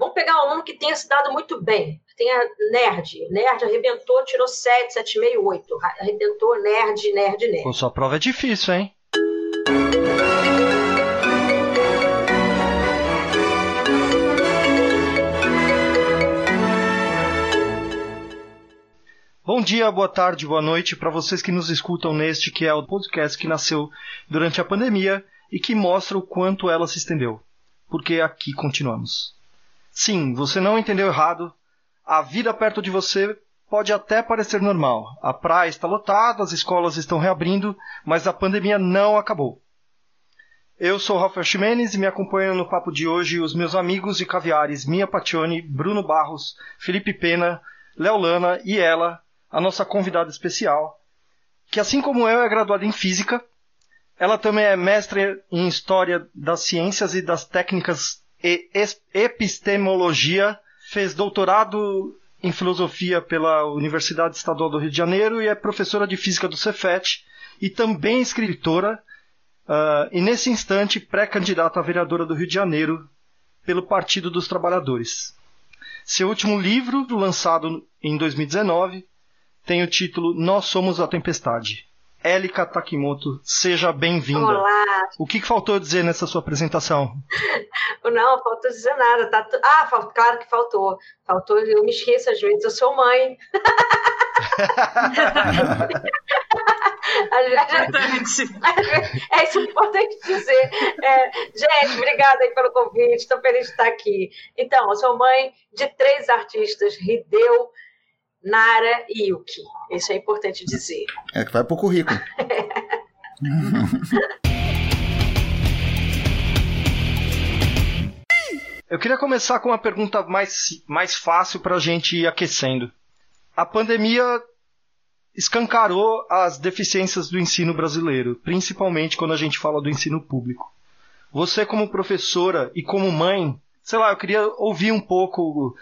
Vamos pegar um aluno que tenha se dado muito bem, que tenha nerd arrebentou, tirou 7, 7,5, 8. Arrebentou, nerd. Pô, sua prova é difícil, hein? Bom dia, boa tarde, boa noite para vocês que nos escutam neste que é o podcast que nasceu durante a pandemia e que mostra o quanto ela se estendeu. Porque aqui continuamos. Sim, você não entendeu errado. A vida perto de você pode até parecer normal. A praia está lotada, as escolas estão reabrindo, mas a pandemia não acabou. Eu sou Rafael Ximenes e me acompanham no papo de hoje os meus amigos de caviares Mia Pacioni, Bruno Barros, Felipe Pena, Léo Lana e ela, a nossa convidada especial, que assim como eu é graduada em Física, ela também é mestre em História das Ciências e das Técnicas e Epistemologia, fez doutorado em Filosofia pela Universidade Estadual do Rio de Janeiro e é professora de Física do Cefet e também escritora, e nesse instante pré-candidata a vereadora do Rio de Janeiro pelo Partido dos Trabalhadores. Seu último livro, lançado em 2019, tem o título Nós Somos a Tempestade. Élika Takimoto, seja bem-vinda. Olá. O que faltou dizer nessa sua apresentação? Não faltou dizer nada. Claro que faltou. Eu me esqueço às vezes, eu sou mãe. É isso importante dizer. Gente, obrigada aí pelo convite, estou feliz de estar aqui. Então, eu sou mãe de 3 artistas, Hideo, Nara e Yuki. Isso é importante dizer. É que vai pro currículo. Eu queria começar com uma pergunta mais fácil para a gente ir aquecendo. A pandemia escancarou as deficiências do ensino brasileiro, principalmente quando a gente fala do ensino público. Você, como professora e como mãe, eu queria ouvir um pouco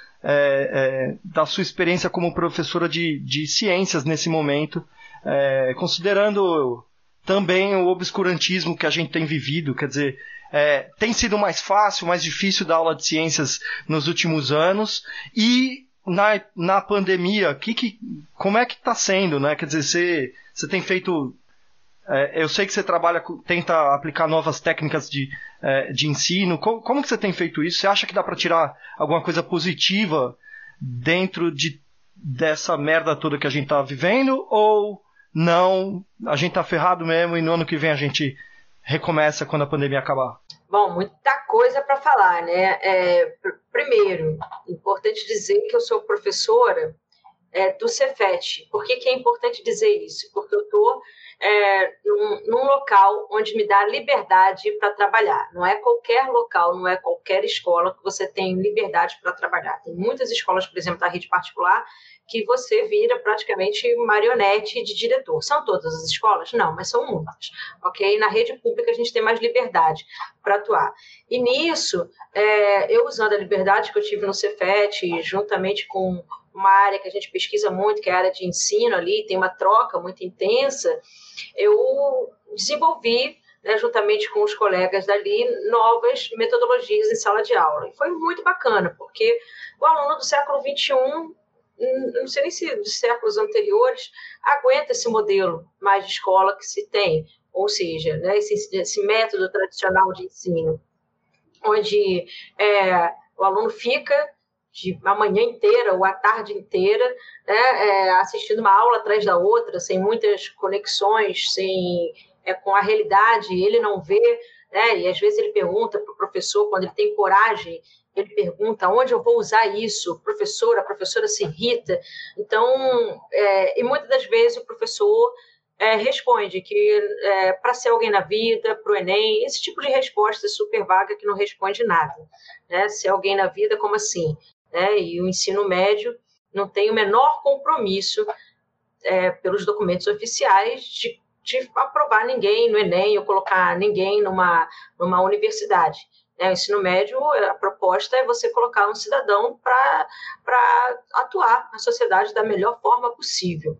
da sua experiência como professora de ciências nesse momento, considerando também o obscurantismo que a gente tem vivido. Quer dizer, tem sido mais fácil, mais difícil dar aula de ciências nos últimos anos e na pandemia, como é que está sendo, né? Quer dizer, você tem feito... eu sei que você tenta aplicar novas técnicas de ensino. Como que você tem feito isso? Você acha que dá para tirar alguma coisa positiva dentro dessa merda toda que a gente está vivendo? Ou não, a gente está ferrado mesmo e no ano que vem a gente recomeça quando a pandemia acabar? Bom, muita coisa para falar, né? Primeiro, importante dizer que eu sou professora do Cefet. Por que é importante dizer isso? Porque eu estou num local onde me dá liberdade para trabalhar. Não é qualquer local, não é qualquer escola que você tem liberdade para trabalhar. Tem muitas escolas, por exemplo, da rede particular, que você vira praticamente marionete de diretor. São todas as escolas? Não, mas são muitas. Okay? Na rede pública a gente tem mais liberdade para atuar. E nisso, eu usando a liberdade que eu tive no Cefet, juntamente com uma área que a gente pesquisa muito, que é a área de ensino ali, tem uma troca muito intensa, eu desenvolvi, né, juntamente com os colegas dali, novas metodologias em sala de aula. E foi muito bacana, porque o aluno do século XXI, não sei nem se dos séculos anteriores, aguenta esse modelo mais de escola que se tem, ou seja, né, esse método tradicional de ensino, onde o aluno fica a manhã inteira ou a tarde inteira, né, assistindo uma aula atrás da outra, sem muitas conexões, com a realidade, ele não vê, né, e às vezes ele pergunta para o professor, quando ele tem coragem, ele pergunta onde eu vou usar isso, a professora se irrita, então, e muitas das vezes o professor responde que para ser alguém na vida, para o Enem, esse tipo de resposta super vaga que não responde nada, né? Ser alguém na vida, como assim? E o ensino médio não tem o menor compromisso pelos documentos oficiais de aprovar ninguém no Enem ou colocar ninguém numa universidade. O ensino médio, a proposta é você colocar um cidadão para atuar na sociedade da melhor forma possível.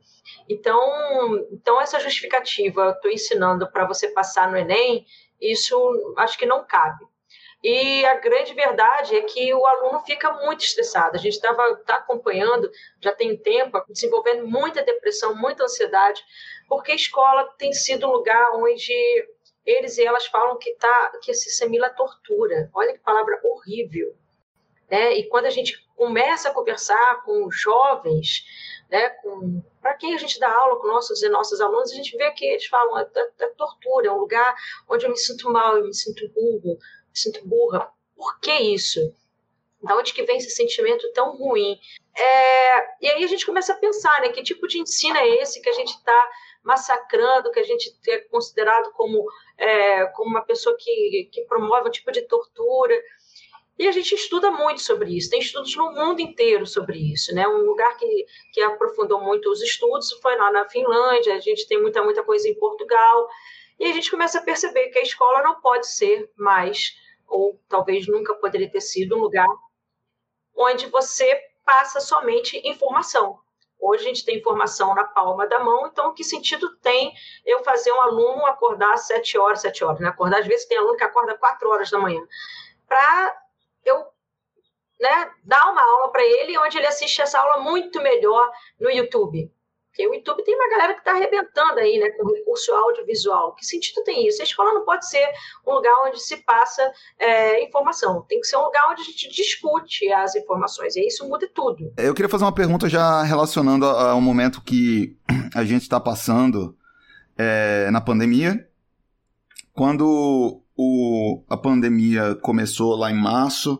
Então essa justificativa, eu estou ensinando para você passar no Enem, isso acho que não cabe. E a grande verdade é que o aluno fica muito estressado. A gente tá acompanhando, já tem tempo, desenvolvendo muita depressão, muita ansiedade, porque a escola tem sido um lugar onde eles e elas falam que se assimila à tortura. Olha que palavra horrível. Né? E quando a gente começa a conversar com jovens, né, para quem a gente dá aula com nossos alunos, a gente vê que eles falam é tortura, é um lugar onde eu me sinto mal, eu me sinto burro, me sinto burra. Por que isso? Da onde que vem esse sentimento tão ruim? E aí a gente começa a pensar, né, que tipo de ensino é esse que a gente está massacrando, que a gente é considerado como uma pessoa que promove um tipo de tortura. E a gente estuda muito sobre isso, tem estudos no mundo inteiro sobre isso, né? Um lugar que aprofundou muito os estudos foi lá na Finlândia, a gente tem muita coisa em Portugal, e a gente começa a perceber que a escola não pode ser mais, ou talvez nunca poderia ter sido, um lugar onde você passa somente informação. Hoje a gente tem informação na palma da mão, então que sentido tem eu fazer um aluno acordar às 7 horas, né? Acordar, às vezes tem aluno que acorda 4 horas da manhã, para eu, né, dar uma aula para ele, onde ele assiste essa aula muito melhor no YouTube. Porque o YouTube tem uma galera que está arrebentando aí, né, com recurso audiovisual. Que sentido tem isso? A escola não pode ser um lugar onde se passa informação. Tem que ser um lugar onde a gente discute as informações. E isso muda tudo. Eu queria fazer uma pergunta já relacionando ao momento que a gente está passando na pandemia. Quando a pandemia começou lá em março,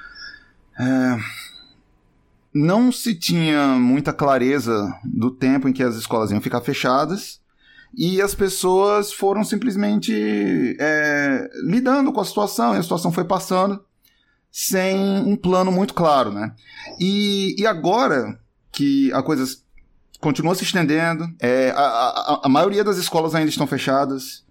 não se tinha muita clareza do tempo em que as escolas iam ficar fechadas e as pessoas foram simplesmente lidando com a situação, e a situação foi passando sem um plano muito claro, né? E agora que a coisa continua se estendendo, a maioria das escolas ainda estão fechadas,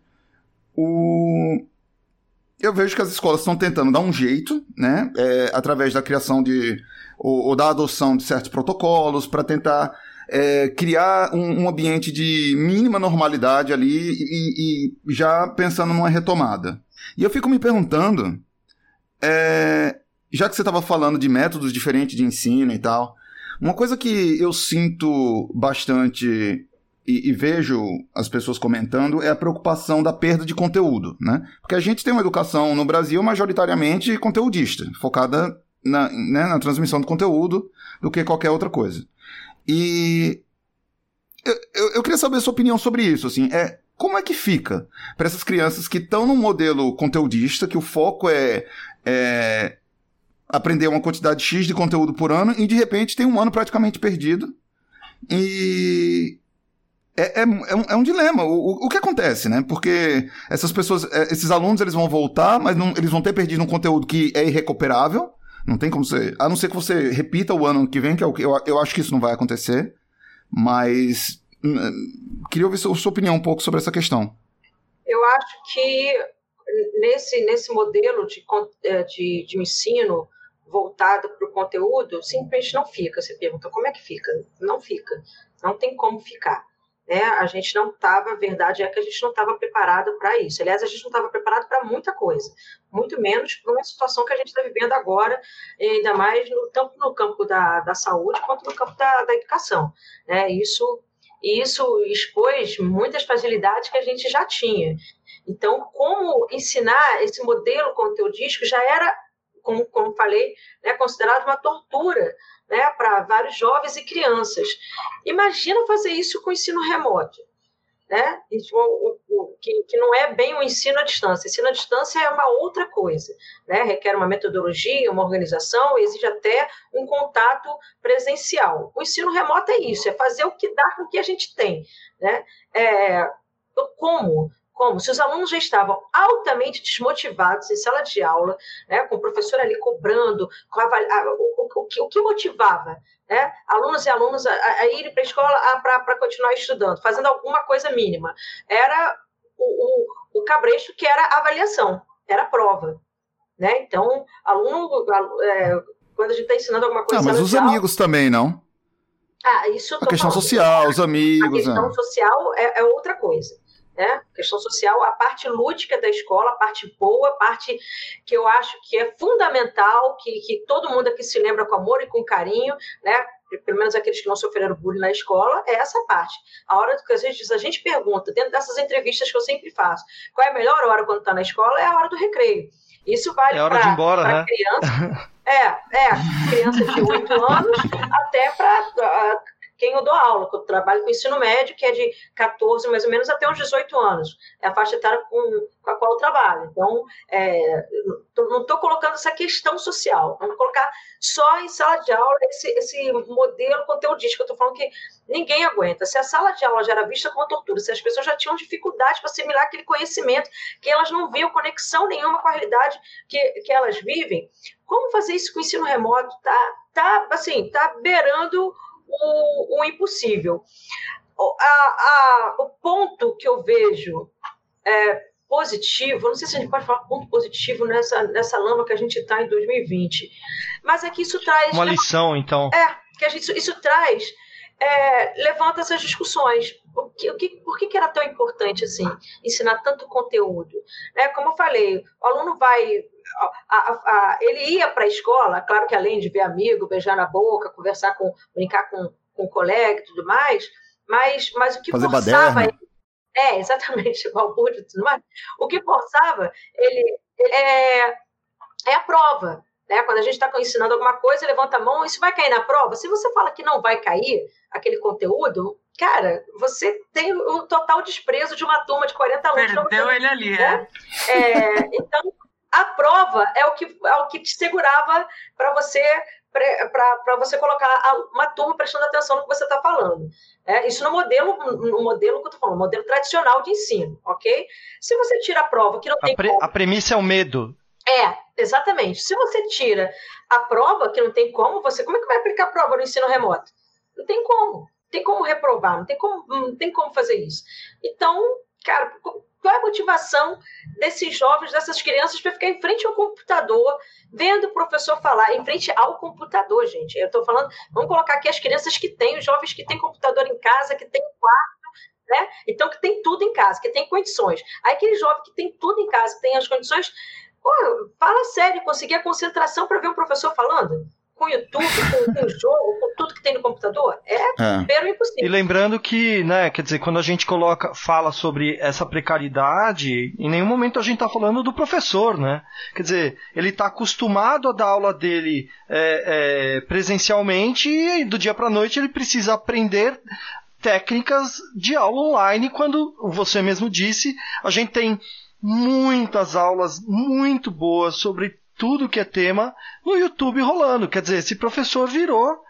eu vejo que as escolas estão tentando dar um jeito, né, através da criação ou da adoção de certos protocolos para tentar criar um ambiente de mínima normalidade ali e já pensando numa retomada. E eu fico me perguntando, já que você estava falando de métodos diferentes de ensino e tal, uma coisa que eu sinto bastante e vejo as pessoas comentando é a preocupação da perda de conteúdo, né? Porque a gente tem uma educação no Brasil majoritariamente conteudista, focada na transmissão do conteúdo do que qualquer outra coisa. E eu queria saber a sua opinião sobre isso, assim, como é que fica para essas crianças que estão num modelo conteudista, que o foco é aprender uma quantidade X de conteúdo por ano e de repente tem um ano praticamente perdido e é um dilema. O que acontece, né? Porque essas pessoas, esses alunos, eles vão voltar, mas eles vão ter perdido um conteúdo que é irrecuperável. Não tem como você... A não ser que você repita o ano que vem, que eu acho que isso não vai acontecer. Mas queria ouvir sua opinião um pouco sobre essa questão. Eu acho que nesse modelo de ensino voltado para o conteúdo, simplesmente não fica. Você pergunta, como é que fica? Não fica. Não tem como ficar. Né? A gente não estava, a verdade é que a gente não estava preparado para isso. Aliás, a gente não estava preparado para muita coisa, muito menos para uma situação que a gente está vivendo agora, ainda mais tanto no campo da saúde quanto no campo da educação. Né? Isso expôs muitas fragilidades que a gente já tinha. Então, como ensinar esse modelo conteudístico já era, como falei, né, considerado uma tortura, né, para vários jovens e crianças. Imagina fazer isso com o ensino remoto, né? Que não é bem o ensino à distância. O ensino à distância é uma outra coisa, né? Requer uma metodologia, uma organização, exige até um contato presencial. O ensino remoto é isso, é fazer o que dá com o que a gente tem, né? Como? Se os alunos já estavam altamente desmotivados em sala de aula, né, com o professor ali cobrando, o que motivava, né, alunos e alunos a irem para a escola para continuar estudando, fazendo alguma coisa mínima, era o cabresto que era a avaliação, era a prova. Né? Então, quando a gente está ensinando alguma coisa... mas os amigos também, não? Isso a questão social, os amigos... A questão social é outra coisa. né? Questão social, a parte lúdica da escola, a parte boa, a parte que eu acho que é fundamental, que todo mundo aqui se lembra com amor e com carinho, né? Pelo menos aqueles que não sofreram bullying na escola, é essa parte. A hora que a gente pergunta, dentro dessas entrevistas que eu sempre faço, qual é a melhor hora quando está na escola? É a hora do recreio. Isso vale para criança. Criança de 8 anos até para quem eu dou aula, que eu trabalho com ensino médio, que é de 14, mais ou menos, até uns 18 anos. É a faixa etária com a qual eu trabalho. Então, não estou colocando essa questão social. Vamos colocar só em sala de aula esse modelo conteudístico. Eu estou falando que ninguém aguenta. Se a sala de aula já era vista como tortura, se as pessoas já tinham dificuldade para assimilar aquele conhecimento, que elas não viam conexão nenhuma com a realidade que elas vivem, como fazer isso com o ensino remoto? Tá beirando o impossível. O ponto que eu vejo positivo, não sei se a gente pode falar ponto positivo nessa lama que a gente está em 2020, mas é que isso traz... Uma lição, então. Isso traz... levanta essas discussões. Por que era tão importante assim, ensinar tanto conteúdo? Como eu falei, o aluno vai... ele ia para a escola, claro que além de ver amigo, beijar na boca, brincar com o colega e tudo mais, mas o que fazer forçava... baderna. Exatamente, balbúrdio e tudo mais. O que forçava ele é a prova. Quando a gente está ensinando alguma coisa, levanta a mão, isso vai cair na prova? Se você fala que não vai cair aquele conteúdo, cara, você tem o total desprezo de uma turma de 40 alunos. Perdeu ele ali, Então, a prova é o que te segurava para você colocar uma turma prestando atenção no que você está falando. Isso no modelo que eu estou falando, modelo tradicional de ensino, ok? Se você tira a prova que não tem como... A premissa é o medo. Exatamente. Se você tira a prova, que não tem como, como é que vai aplicar a prova no ensino remoto? Não tem como. Não tem como reprovar, não tem como fazer isso. Então, cara, qual é a motivação desses jovens, dessas crianças, para ficar em frente ao computador, vendo o professor falar, em frente ao computador, gente? Eu estou falando, vamos colocar aqui as crianças que têm, os jovens que têm computador em casa, que têm quarto, né? Então, que tem tudo em casa, que tem condições. Aí aquele jovem que tem tudo em casa, que tem as condições... fala sério, conseguir a concentração para ver um professor falando? Com o YouTube, com o jogo, com tudo que tem no computador? Pero impossível. E lembrando que, quer dizer, quando a gente fala sobre essa precariedade, em nenhum momento a gente está falando do professor, né? Quer dizer, ele está acostumado a dar aula dele presencialmente e do dia para a noite ele precisa aprender técnicas de aula online, quando você mesmo disse, a gente tem muitas aulas muito boas sobre tudo que é tema no YouTube rolando. Quer dizer, esse professor virou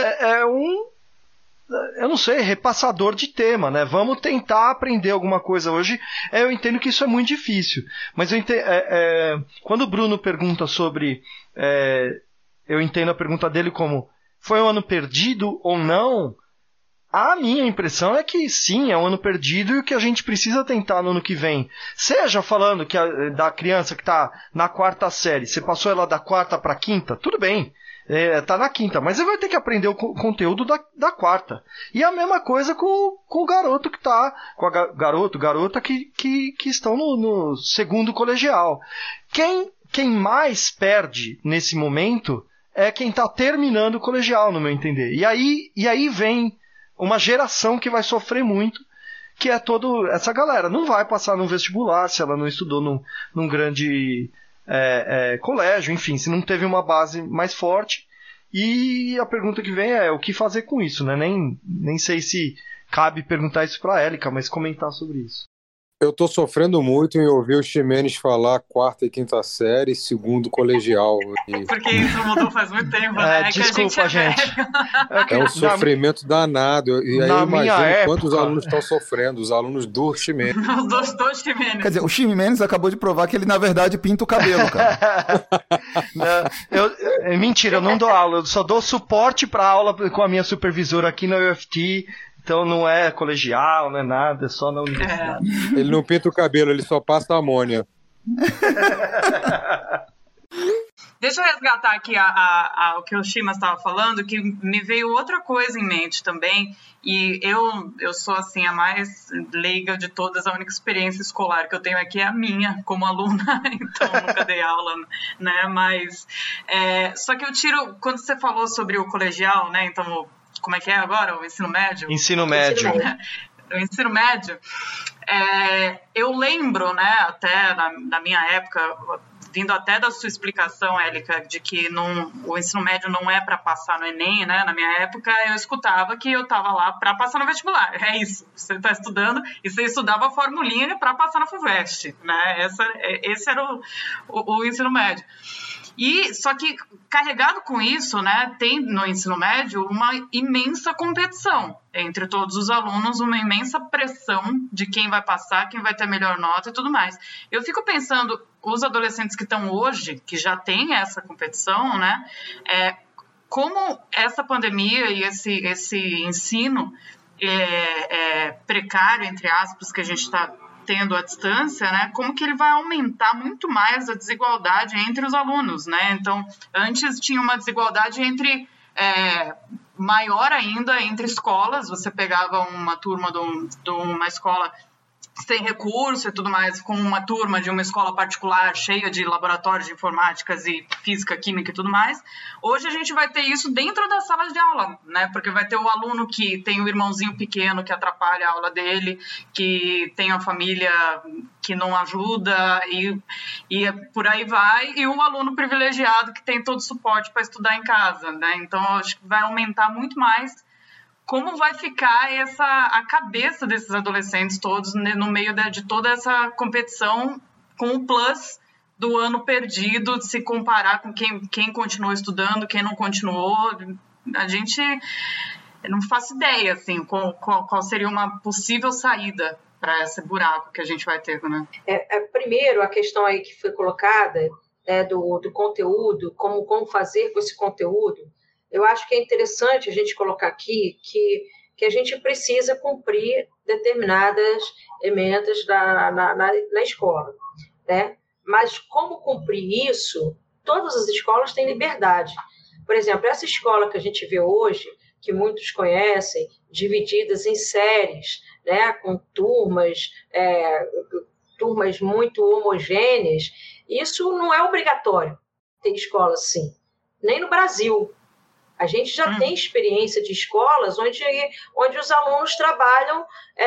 eu não sei, repassador de tema, né? Vamos tentar aprender alguma coisa hoje. Eu entendo que isso é muito difícil, mas quando o Bruno pergunta sobre... eu entendo a pergunta dele como foi um ano perdido ou não. A minha impressão é que sim, é um ano perdido e o que a gente precisa tentar no ano que vem, seja falando da criança que está na 4ª série, você passou ela da 4ª para a 5ª, tudo bem, está na 5ª, mas você vai ter que aprender o conteúdo da 4ª. E a mesma coisa com o garoto que está, com a garota que estão no 2º colegial. Quem mais perde nesse momento é quem está terminando o colegial, no meu entender. E aí vem uma geração que vai sofrer muito, que é toda essa galera. Não vai passar no vestibular se ela não estudou num grande colégio, enfim, se não teve uma base mais forte. E a pergunta que vem é o que fazer com isso, né? Nem sei se cabe perguntar isso para a Élica, mas comentar sobre isso. Eu tô sofrendo muito em ouvir o Ximenes falar 4ª e 5ª série, 2º colegial. Porque isso mudou faz muito tempo, né? Desculpa, gente. É um sofrimento danado. E aí eu imagino quantos alunos estão sofrendo, os alunos do Ximenes. Os do Ximenes. Quer dizer, o Ximenes acabou de provar que ele, na verdade, pinta o cabelo, cara. Mentira, eu não dou aula, eu só dou suporte para aula com a minha supervisora aqui na UFT. Então não é colegial, não é nada, é só na universidade. Ele não pinta o cabelo, ele só passa a amônia. Deixa eu resgatar aqui o que o Shimas estava falando, que me veio outra coisa em mente também, e eu sou assim, a mais leiga de todas, a única experiência escolar que eu tenho aqui é a minha, como aluna, então nunca dei aula, né, mas só que eu tiro, quando você falou sobre o colegial, né, então, como é que é agora, o ensino médio? Ensino médio. O ensino médio, eu lembro, né, até na minha época, vindo até da sua explicação, Élica, de que o ensino médio não é para passar no Enem, né? Na minha época, eu escutava que eu estava lá para passar no vestibular. É isso, você está estudando e você estudava a formulinha para passar na FUVEST, né? Esse era o ensino médio. E só que carregado com isso, né, tem no ensino médio uma imensa competição entre todos os alunos, uma imensa pressão de quem vai passar, quem vai ter melhor nota e tudo mais. Eu fico pensando, os adolescentes que estão hoje, que já têm essa competição, né, como essa pandemia e esse ensino precário, entre aspas, que a gente está tendo à distância, né, como que ele vai aumentar muito mais a desigualdade entre os alunos, né? Então, antes tinha uma desigualdade maior ainda entre escolas, você pegava uma turma de uma escola sem recurso e tudo mais, com uma turma de uma escola particular cheia de laboratórios de informáticas e física, química e tudo mais. Hoje a gente vai ter isso dentro das salas de aula, né? Porque vai ter o aluno que tem o irmãozinho pequeno que atrapalha a aula dele, que tem a família que não ajuda e por aí vai, e o aluno privilegiado que tem todo o suporte para estudar em casa, né? Então, acho que vai aumentar muito mais como vai ficar a cabeça desses adolescentes todos, né, no meio de toda essa competição, com o plus do ano perdido, de se comparar com quem continuou estudando, quem não continuou. A gente não faz ideia assim, qual seria uma possível saída para esse buraco que a gente vai ter, né? Primeiro, a questão aí que foi colocada do conteúdo, como fazer com esse conteúdo. Eu acho que é interessante a gente colocar aqui que a gente precisa cumprir determinadas emendas na escola, né? Mas como cumprir isso, todas as escolas têm liberdade. Por exemplo, essa escola que a gente vê hoje, que muitos conhecem, divididas em séries, né? Com turmas muito homogêneas, isso não é obrigatório ter escola assim, nem no Brasil. A gente já tem experiência de escolas onde os alunos trabalham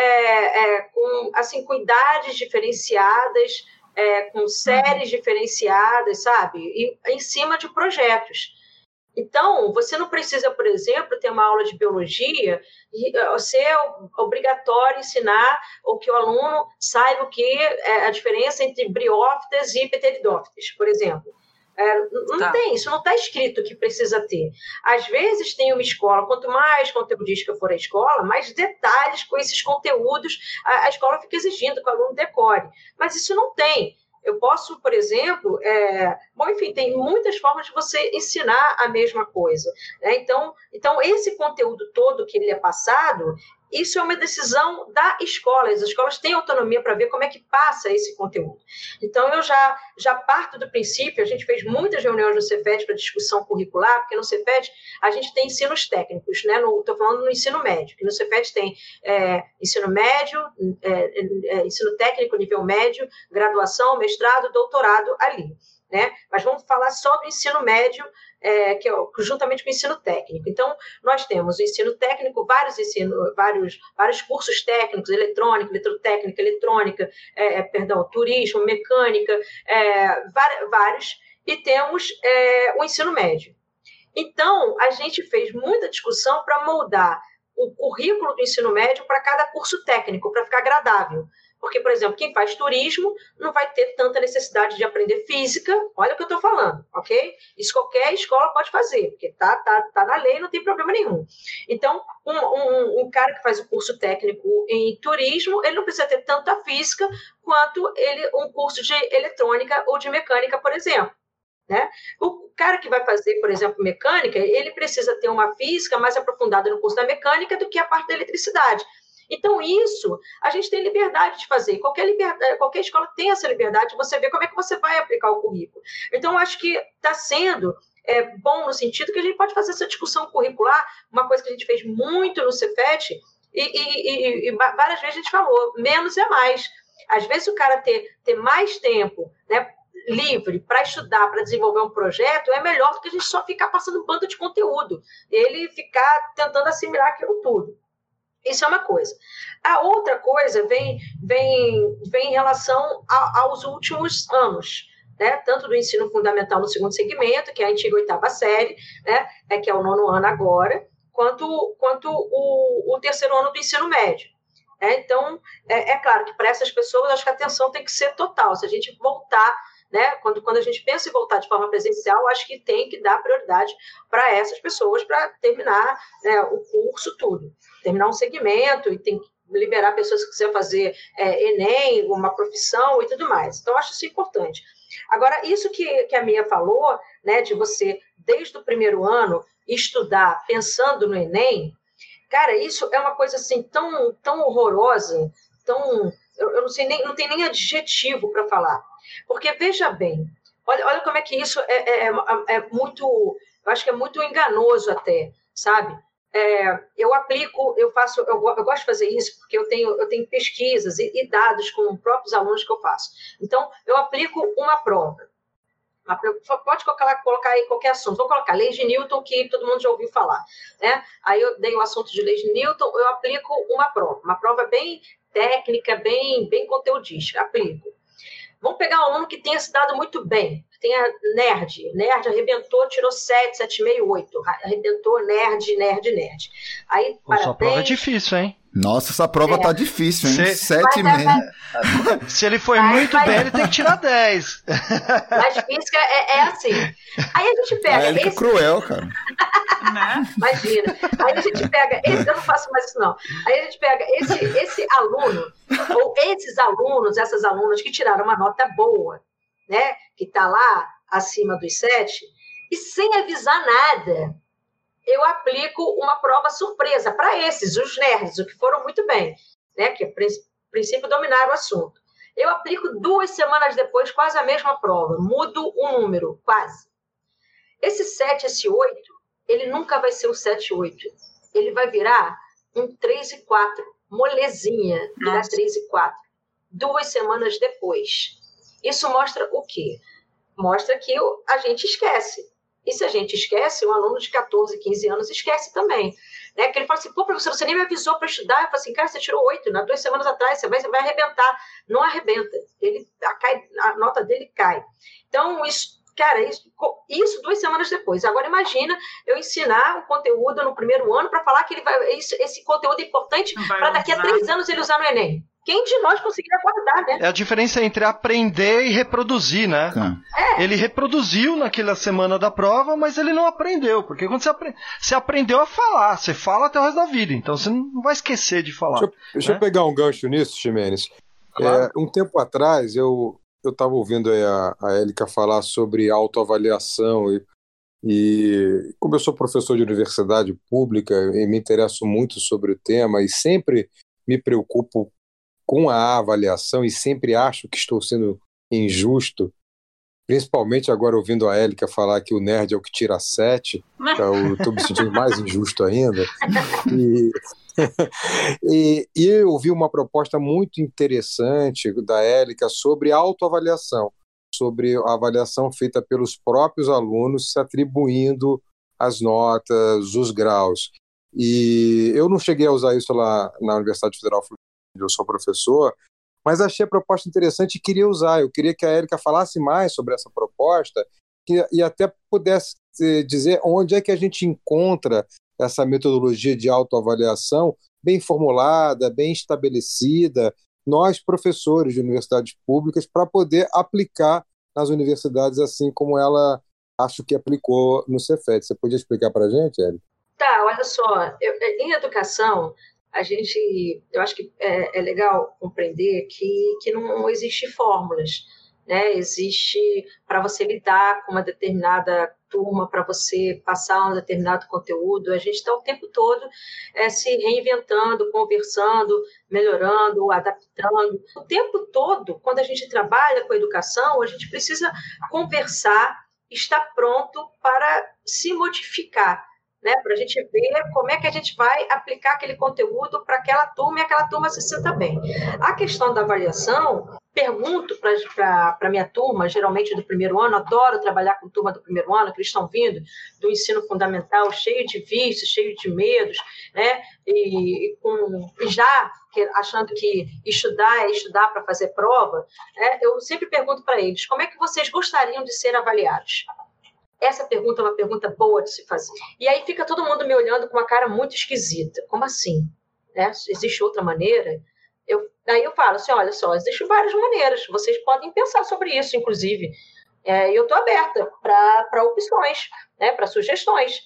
com idades diferenciadas, com séries diferenciadas, sabe? E em cima de projetos. Então, você não precisa, por exemplo, ter uma aula de biologia e ser obrigatório ensinar ou que o aluno saiba o que é a diferença entre briófitas e pteridófitas, por exemplo. Não tem, isso não está escrito que precisa ter. Às vezes tem uma escola, quanto mais conteudística for a escola, mais detalhes com esses conteúdos a escola fica exigindo que o aluno decore. Mas isso não tem. Eu posso, por exemplo, enfim, tem muitas formas de você ensinar a mesma coisa, né? Então, esse conteúdo todo que ele é passado, isso é uma decisão da escola. As escolas têm autonomia para ver como é que passa esse conteúdo. Então, eu já parto do princípio, a gente fez muitas reuniões no Cefet para discussão curricular, porque no Cefet a gente tem ensinos técnicos, né? Estou falando no ensino médio, que no Cefet tem ensino médio, ensino técnico nível médio, graduação, mestrado, doutorado ali, né? Mas vamos falar só do ensino médio, que é juntamente com o ensino técnico. Então, nós temos o ensino técnico, vários cursos técnicos, eletrônica, eletrotécnica, eletrônica, turismo, mecânica, vários, e temos o ensino médio. Então, a gente fez muita discussão para moldar o currículo do ensino médio para cada curso técnico, para ficar agradável. Porque, por exemplo, quem faz turismo não vai ter tanta necessidade de aprender física. Olha o que eu estou falando, ok? Isso qualquer escola pode fazer, porque tá na lei, não tem problema nenhum. Então, um cara que faz o curso técnico em turismo, ele não precisa ter tanta física quanto um curso de eletrônica ou de mecânica, por exemplo, né? O cara que vai fazer, por exemplo, mecânica, ele precisa ter uma física mais aprofundada no curso da mecânica do que a parte da eletricidade. Então, isso a gente tem liberdade de fazer. Qualquer escola tem essa liberdade de você ver como é que você vai aplicar o currículo. Então, eu acho que está sendo bom no sentido que a gente pode fazer essa discussão curricular, uma coisa que a gente fez muito no Cefet, e várias vezes a gente falou, menos é mais. Às vezes o cara ter mais tempo, né, livre para estudar, para desenvolver um projeto, é melhor do que a gente só ficar passando um bando de conteúdo, ele ficar tentando assimilar aquilo tudo. Isso é uma coisa. A outra coisa vem em relação aos últimos anos, né? Tanto do ensino fundamental no segundo segmento, que é a antiga 8ª série, né? Que é o 9º ano agora, quanto o 3º ano do ensino médio. Então, é claro que para essas pessoas, acho que a atenção tem que ser total. Se a gente voltar, né? Quando a gente pensa em voltar de forma presencial, acho que tem que dar prioridade para essas pessoas para terminar, né, o curso tudo. Terminar um segmento e tem que liberar pessoas que quiserem fazer Enem, uma profissão e tudo mais. Então, acho isso importante. Agora, isso que a Mia falou, né, de você, desde o primeiro ano, estudar pensando no Enem, cara, isso é uma coisa assim tão horrorosa, eu não sei não tem nem adjetivo para falar. Porque, veja bem, olha como é que isso é muito, eu acho que é muito enganoso até, sabe? Eu gosto de fazer isso porque eu tenho pesquisas e dados com próprios alunos que eu faço. Então, eu aplico uma prova. Pode colocar aí qualquer assunto. Vou colocar leis de Newton, que todo mundo já ouviu falar, né? Aí eu dei o assunto de leis de Newton, eu aplico uma prova bem técnica, bem conteudística, aplico. Vamos pegar um aluno que tenha se dado muito bem, que tenha nerd arrebentou, tirou 7, 7,5, 8, arrebentou nerd. Aí, sua prova é difícil, hein? Nossa, essa prova tá difícil, hein? 7,5. Se ele foi muito bem, ele tem que tirar 10. Mas física é assim. Aí a gente pega... Ele é cruel, cara. Imagina. Aí a gente pega... eu não faço mais isso, não. Aí a gente pega esse aluno, ou esses alunos, essas alunas que tiraram uma nota boa, né? Que está lá acima dos 7, e sem avisar nada, eu aplico uma prova surpresa para esses, os nerds, os que foram muito bem, né? Que a princípio dominaram o assunto. Eu aplico 2 semanas depois quase a mesma prova, mudo um número, quase. Esse 7, esse 8, ele nunca vai ser um 7, 8. Ele vai virar um 3 e 4, molezinha, virar 3 e 4. 2 semanas depois. Isso mostra o quê? Mostra que a gente esquece. E se a gente esquece, um aluno de 14, 15 anos esquece também. Né? Que ele fala assim, pô, professor, você nem me avisou para estudar. Eu falo assim, cara, você tirou 8, 2 semanas atrás, você vai arrebentar. Não arrebenta. A nota dele cai. Então, isso 2 semanas depois. Agora, imagina eu ensinar o conteúdo no primeiro ano para falar que esse conteúdo é importante para daqui a 3 anos ele usar no Enem. Quem de nós conseguiria guardar, né? É a diferença entre aprender e reproduzir, né? Ele reproduziu naquela semana da prova, mas ele não aprendeu. Porque quando você aprendeu a falar, você fala até o resto da vida. Então você não vai esquecer de falar. Deixa eu pegar um gancho nisso, Ximenes. Claro. Um tempo atrás, eu estava ouvindo a Élica falar sobre autoavaliação e como eu sou professor de universidade pública e me interesso muito sobre o tema e sempre me preocupo com a avaliação e sempre acho que estou sendo injusto, principalmente agora ouvindo a Élica falar que o nerd é o que tira 7, eu estou me sentindo mais injusto ainda. E eu ouvi uma proposta muito interessante da Élica sobre autoavaliação, sobre a avaliação feita pelos próprios alunos se atribuindo as notas, os graus. E eu não cheguei a usar isso lá na Universidade Federal Fluminense, onde eu sou professor, mas achei a proposta interessante e queria usar. Eu queria que a Élica falasse mais sobre essa proposta e até pudesse dizer onde é que a gente encontra essa metodologia de autoavaliação bem formulada, bem estabelecida, nós, professores de universidades públicas, para poder aplicar nas universidades assim como ela acho que aplicou no Cefet. Você podia explicar para a gente, Élica? Tá, olha só, em educação, eu acho que é legal compreender que não existe fórmulas, né? Existe, para você lidar com uma determinada turma para você passar um determinado conteúdo. A gente está o tempo todo se reinventando, conversando, melhorando, adaptando. O tempo todo, quando a gente trabalha com educação, a gente precisa conversar, estar pronto para se modificar, né? Para a gente ver como é que a gente vai aplicar aquele conteúdo para aquela turma e aquela turma se sinta bem. A questão da avaliação, pergunto para a minha turma, geralmente do primeiro ano, adoro trabalhar com turma do primeiro ano, que eles estão vindo do ensino fundamental, cheio de vícios, cheio de medos, né? E já achando que estudar é estudar para fazer prova, né? Eu sempre pergunto para eles, como é que vocês gostariam de ser avaliados? Essa pergunta é uma pergunta boa de se fazer. E aí fica todo mundo me olhando com uma cara muito esquisita. Como assim? Né? Existe outra maneira? Daí eu falo assim, olha só, existem várias maneiras. Vocês podem pensar sobre isso, inclusive. Eu estou aberta para opções, né? Para sugestões.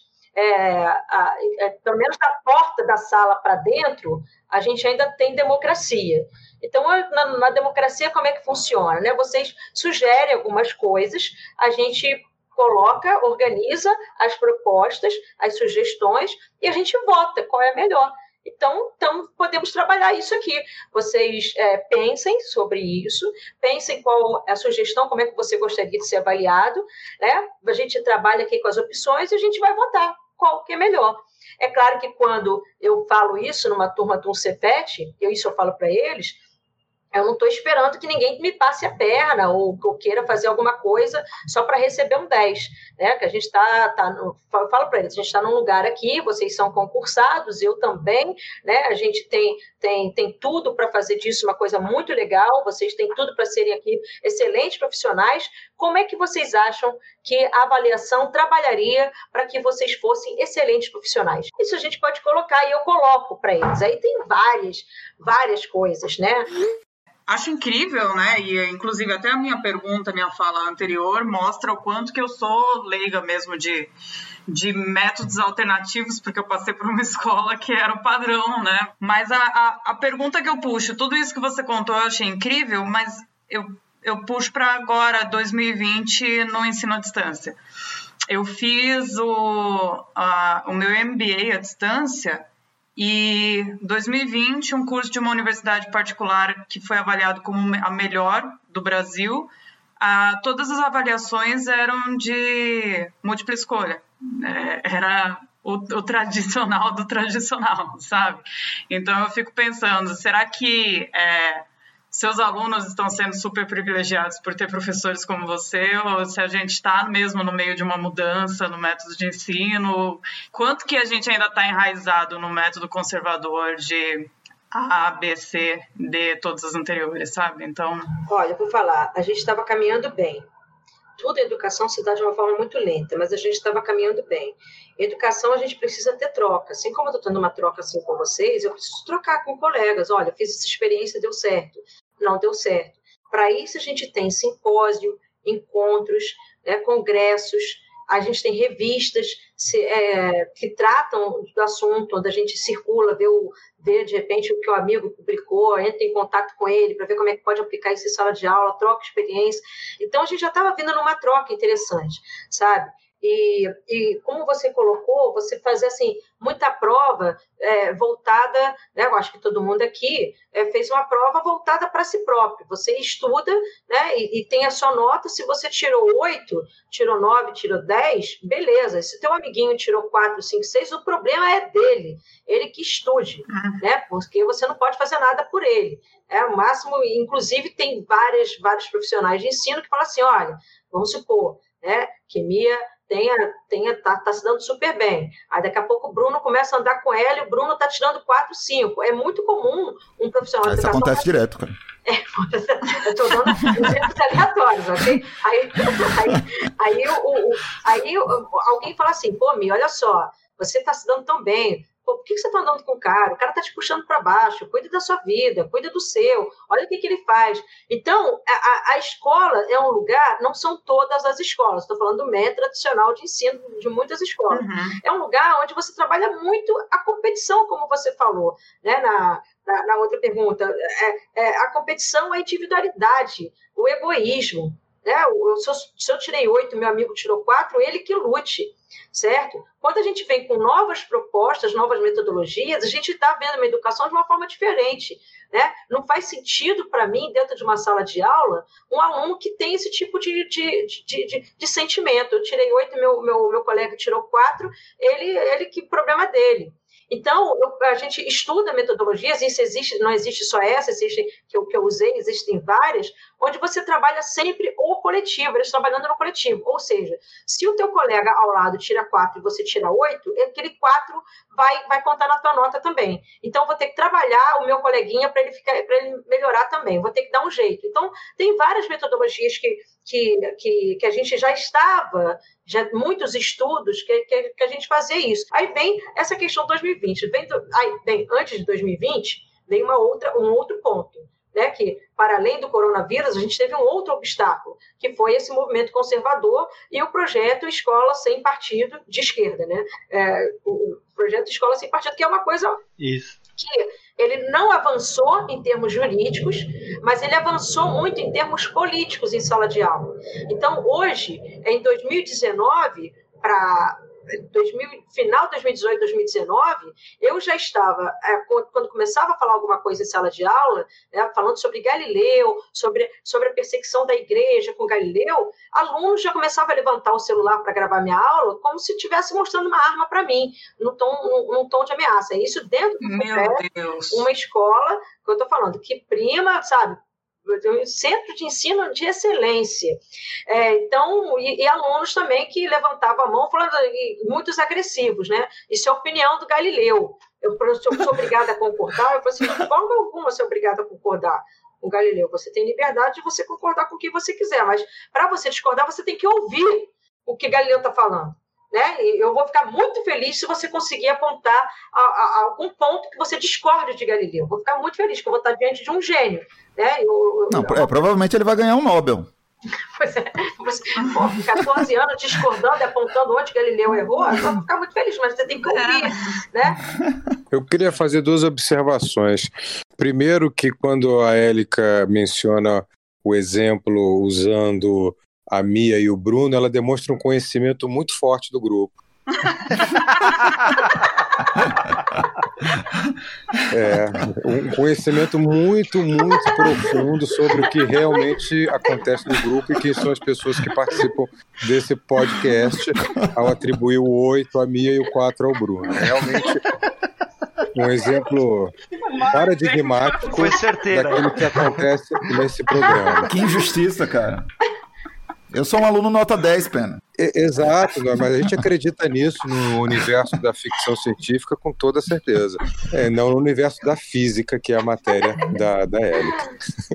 Pelo menos da porta da sala para dentro, a gente ainda tem democracia. Então, na democracia, como é que funciona? Né? Vocês sugerem algumas coisas, a gente coloca, organiza as propostas, as sugestões, e a gente vota qual é a melhor. Então podemos trabalhar isso aqui. Vocês pensem sobre isso, pensem qual é a sugestão, como é que você gostaria de ser avaliado, né? A gente trabalha aqui com as opções e a gente vai votar qual que é melhor. É claro que quando eu falo isso numa turma de um Cefet, eu falo para eles, eu não estou esperando que ninguém me passe a perna ou queira fazer alguma coisa só para receber um 10. Né? Que a gente eu falo para eles, a gente está num lugar aqui, vocês são concursados, eu também, né? A gente tem tudo para fazer disso uma coisa muito legal, vocês têm tudo para serem aqui excelentes profissionais. Como é que vocês acham que a avaliação trabalharia para que vocês fossem excelentes profissionais? Isso a gente pode colocar e eu coloco para eles. Aí tem várias coisas, né? Acho incrível, né? E, inclusive, até a minha pergunta, minha fala anterior, mostra o quanto que eu sou leiga mesmo de métodos alternativos, porque eu passei por uma escola que era o padrão, né? Mas a pergunta que eu puxo, tudo isso que você contou eu achei incrível, mas eu puxo para agora, 2020, no ensino à distância. Eu fiz o meu MBA à distância. E 2020, um curso de uma universidade particular que foi avaliado como a melhor do Brasil, todas as avaliações eram de múltipla escolha. Era o tradicional do tradicional, sabe? Então eu fico pensando, será que seus alunos estão sendo super privilegiados por ter professores como você, ou se a gente está mesmo no meio de uma mudança no método de ensino? Quanto que a gente ainda está enraizado no método conservador de A, B, C, D, todas as anteriores, sabe? Então... Olha, eu vou falar, a gente estava caminhando bem. Tudo em educação se dá de uma forma muito lenta, mas a gente estava caminhando bem. Em educação, a gente precisa ter troca. Assim como eu estou tendo uma troca assim com vocês, eu preciso trocar com colegas. Olha, fiz essa experiência, deu certo. Não deu certo. Para isso, a gente tem simpósio, encontros, congressos, a gente tem revistas que tratam do assunto, onde a gente circula, vê de repente o que o amigo publicou, entra em contato com ele para ver como é que pode aplicar isso em sala de aula, troca experiência. Então, a gente já estava vindo numa troca interessante, sabe? E como você colocou, você fazer assim, muita prova voltada, né, eu acho que todo mundo aqui fez uma prova voltada para si próprio. Você estuda, né, e tem a sua nota. Se você tirou 8, tirou 9, tirou 10, beleza. Se teu amiguinho tirou 4, 5, 6, o problema é dele, ele que estude, né, porque você não pode fazer nada por ele. O máximo, inclusive, tem vários profissionais de ensino que falam assim, olha, vamos supor, né, química tá se dando super bem. Aí daqui a pouco o Bruno começa a andar com ela e o Bruno tá tirando 4, 5. É muito comum um profissional de educação... Isso acontece direto, cara. Eu tô dando exemplos aleatórios, ok? Aí alguém fala assim, pô, Mi, olha só, você tá se dando tão bem. Pô, por que você está andando com o cara? O cara está te puxando para baixo. Cuida da sua vida, cuida do seu. Olha o que ele faz. Então, a escola é um lugar, não são todas as escolas, estou falando do método tradicional de ensino de muitas escolas. É um lugar onde você trabalha muito a competição, como você falou, né, na outra pergunta. A competição, a individualidade, o egoísmo. né? Se eu tirei 8, meu amigo tirou 4, ele que lute, certo? Quando a gente vem com novas propostas, novas metodologias, a gente está vendo uma educação de uma forma diferente, né? Não faz sentido para mim, dentro de uma sala de aula, um aluno que tem esse tipo de sentimento. Eu tirei 8, meu colega tirou 4, ele que problema dele. Então, a gente estuda metodologias, isso existe, não existe só essa, existe que eu usei, existem várias, onde você trabalha sempre o coletivo, eles trabalhando no coletivo. Ou seja, se o teu colega ao lado tira 4 e você tira 8, aquele 4 vai contar na tua nota também. Então, vou ter que trabalhar o meu coleguinha para ele melhorar também, vou ter que dar um jeito. Então, tem várias metodologias que a gente já estava, muitos estudos que a gente fazia isso. Aí vem essa questão 2020. Antes de 2020, vem um outro ponto, né? Que, para além do coronavírus, a gente teve um outro obstáculo, que foi esse movimento conservador e o projeto Escola Sem Partido de Esquerda, né? O projeto Escola Sem Partido, que é uma coisa que ele não avançou em termos jurídicos, mas ele avançou muito em termos políticos em sala de aula. Então, hoje, em 2019, final de 2018, 2019, eu já estava, quando começava a falar alguma coisa em sala de aula, né, falando sobre Galileu, sobre a perseguição da igreja com Galileu, alunos já começavam a levantar o celular para gravar minha aula como se estivesse mostrando uma arma para mim, num tom de ameaça. Isso dentro do uma escola, que eu estou falando, que prima, sabe, um centro de ensino de excelência. Então, e alunos também que levantavam a mão, falando, muitos agressivos, né? Isso é a opinião do Galileu. Eu sou obrigada a concordar? Eu falei assim, de forma alguma você é obrigada a concordar com o Galileu. Você tem liberdade de você concordar com o que você quiser, mas para você discordar, você tem que ouvir o que Galileu está falando. Né? E eu vou ficar muito feliz se você conseguir apontar algum ponto que você discorde de Galileu. Vou ficar muito feliz, porque eu vou estar diante de um gênio. Né? Provavelmente ele vai ganhar um Nobel. Pois é. 14 anos discordando e apontando onde Galileu errou, eu vou ficar muito feliz, mas você tem que ouvir. Né? Eu queria fazer 2 observações. Primeiro, que quando a Élica menciona o exemplo usando a Mia e o Bruno, ela demonstra um conhecimento muito forte do grupo. Um conhecimento muito, muito profundo sobre o que realmente acontece no grupo e quem são as pessoas que participam desse podcast ao atribuir o 8 à Mia e o 4 ao Bruno. Realmente um exemplo paradigmático daquilo que acontece nesse programa. Que injustiça, cara. Eu sou um aluno nota 10, Pena. Exato, mas a gente acredita nisso no universo da ficção científica com toda certeza. Não no universo da física, que é a matéria da Élica.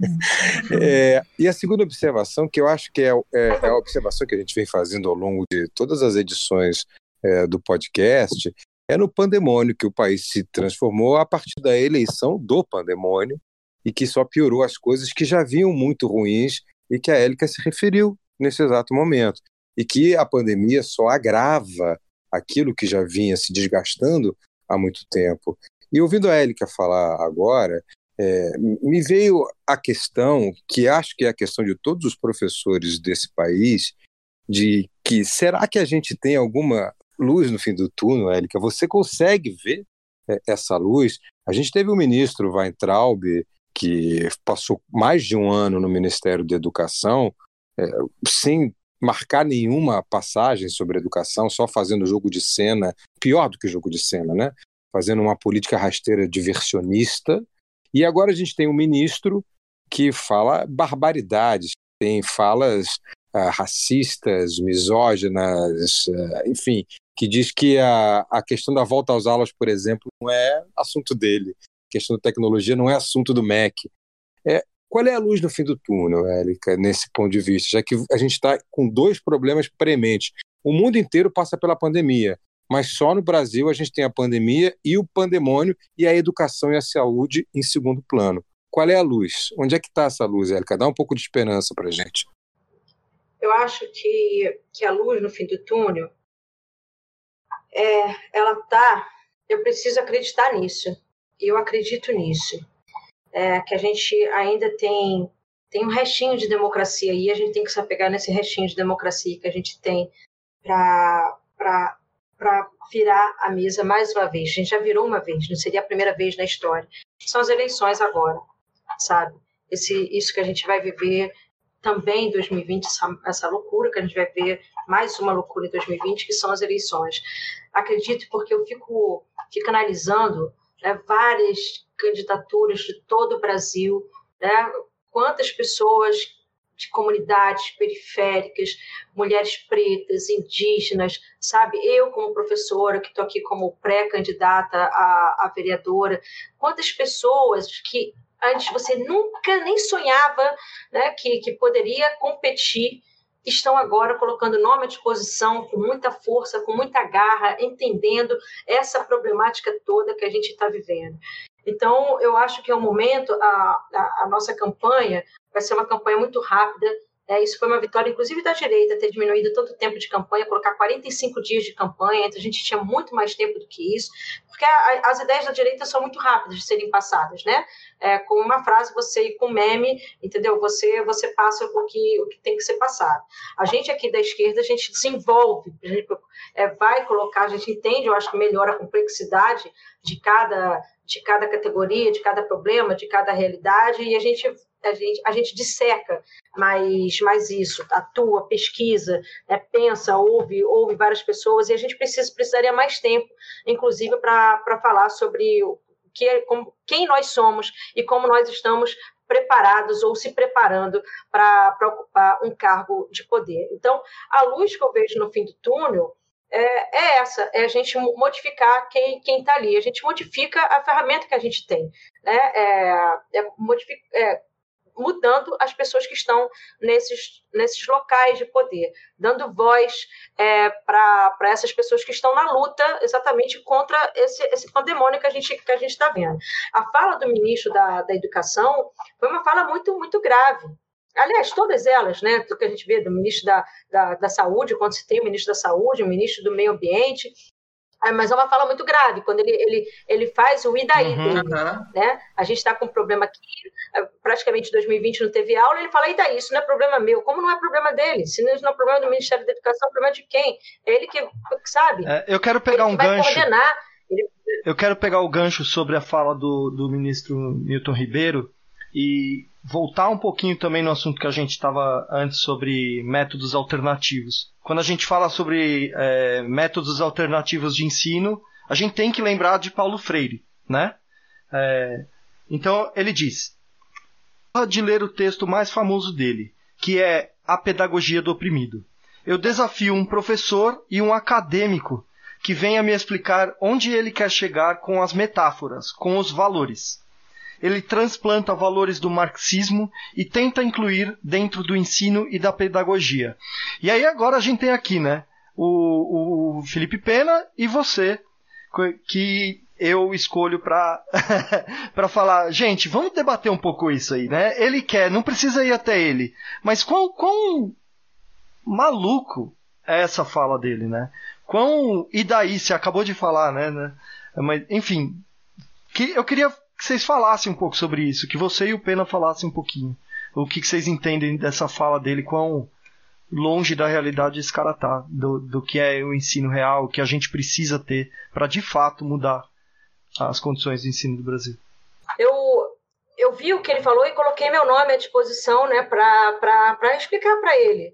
E a segunda observação, que eu acho que é a observação que a gente vem fazendo ao longo de todas as edições do podcast, é no pandemônio que o país se transformou a partir da eleição do pandemônio e que só piorou as coisas que já vinham muito ruins e que a Élica se referiu nesse exato momento, e que a pandemia só agrava aquilo que já vinha se desgastando há muito tempo. E ouvindo a Élica falar agora, me veio a questão, que acho que é a questão de todos os professores desse país, de que será que a gente tem alguma luz no fim do túnel, Élica? Você consegue ver essa luz? A gente teve o ministro Weintraub, que passou mais de um ano no Ministério da Educação, sem marcar nenhuma passagem sobre educação, só fazendo jogo de cena, pior do que jogo de cena, né? Fazendo uma política rasteira diversionista. E agora a gente tem um ministro que fala barbaridades, tem falas racistas, misóginas, enfim, que diz que a questão da volta às aulas, por exemplo, não é assunto dele. A questão da tecnologia não é assunto do MEC. Qual é a luz no fim do túnel, Élica, nesse ponto de vista? Já que a gente está com 2 problemas prementes. O mundo inteiro passa pela pandemia, mas só no Brasil a gente tem a pandemia e o pandemônio e a educação e a saúde em segundo plano. Qual é a luz? Onde é que está essa luz, Élica? Dá um pouco de esperança para a gente. Eu acho que a luz no fim do túnel, ela está... Eu preciso acreditar nisso. E eu acredito nisso. Que a gente ainda tem tem um restinho de democracia aí, a gente tem que se apegar nesse restinho de democracia que a gente tem para virar a mesa mais uma vez. A gente já virou uma vez, não seria a primeira vez na história. São as eleições agora, sabe? Isso que a gente vai viver também em 2020, essa loucura que a gente vai ver, mais uma loucura em 2020, que são as eleições. Acredito, porque eu fico analisando, né, várias candidaturas de todo o Brasil, né, quantas pessoas de comunidades periféricas, mulheres pretas, indígenas, sabe? Eu, como professora, que estou aqui como pré-candidata a vereadora, quantas pessoas que antes você nunca nem sonhava, né, que poderia competir, estão agora colocando nome à disposição com muita força, com muita garra, entendendo essa problemática toda que a gente está vivendo. Então, eu acho que é o momento, a nossa campanha vai ser uma campanha muito rápida. Isso foi uma vitória, inclusive, da direita, ter diminuído todo o tempo de campanha, colocar 45 dias de campanha, a gente tinha muito mais tempo do que isso, porque as ideias da direita são muito rápidas de serem passadas, né? Com uma frase, com meme, entendeu? Você passa o que tem que ser passado. A gente aqui da esquerda, a gente desenvolve, a gente vai colocar, a gente entende, eu acho que melhora a complexidade de cada categoria, de cada problema, de cada realidade, e a gente disseca mais isso, atua, pesquisa, né, pensa, ouve várias pessoas, e a gente precisaria mais tempo, inclusive, para falar sobre quem nós somos e como nós estamos preparados ou se preparando para ocupar um cargo de poder. Então, a luz que eu vejo no fim do túnel é essa, é a gente modificar quem está ali, a gente modifica a ferramenta que a gente tem, né? Mudando as pessoas que estão nesses locais de poder, dando voz para essas pessoas que estão na luta exatamente contra esse pandemônio que a gente está vendo. A fala do ministro da Educação foi uma fala muito, muito grave. Aliás, todas elas, né, do que a gente vê do ministro da Saúde, quando se tem o ministro da Saúde, o ministro do Meio Ambiente, mas é uma fala muito grave, quando ele faz o e daí dele, né? A gente está com um problema aqui, praticamente 2020 não teve aula, ele fala, e daí, isso não é problema meu. Como não é problema dele? Se não é problema do Ministério da Educação, é problema de quem? É ele que sabe? Eu quero pegar um gancho. Eu quero pegar o gancho sobre a fala do ministro Milton Ribeiro e voltar um pouquinho também no assunto que a gente estava antes sobre métodos alternativos. Quando a gente fala sobre métodos alternativos de ensino, a gente tem que lembrar de Paulo Freire, né? Então, ele diz, de ler o texto mais famoso dele, que é A Pedagogia do Oprimido. Eu desafio um professor e um acadêmico que venha me explicar onde ele quer chegar com as metáforas, com os valores. Ele transplanta valores do marxismo e tenta incluir dentro do ensino e da pedagogia. E aí agora a gente tem aqui, né, o Felipe Pena e você, que eu escolho para falar, gente, vamos debater um pouco isso aí, né? Ele quer, não precisa ir até ele, mas quão maluco é essa fala dele, né? E daí, você acabou de falar, né? Mas, enfim, eu queria que vocês falassem um pouco sobre isso, que você e o Pena falassem um pouquinho. O que vocês entendem dessa fala dele, quão longe da realidade esse cara tá, do que é o ensino real, o que a gente precisa ter para de fato mudar as condições de ensino do Brasil. Eu vi o que ele falou e coloquei meu nome à disposição, né, para explicar para ele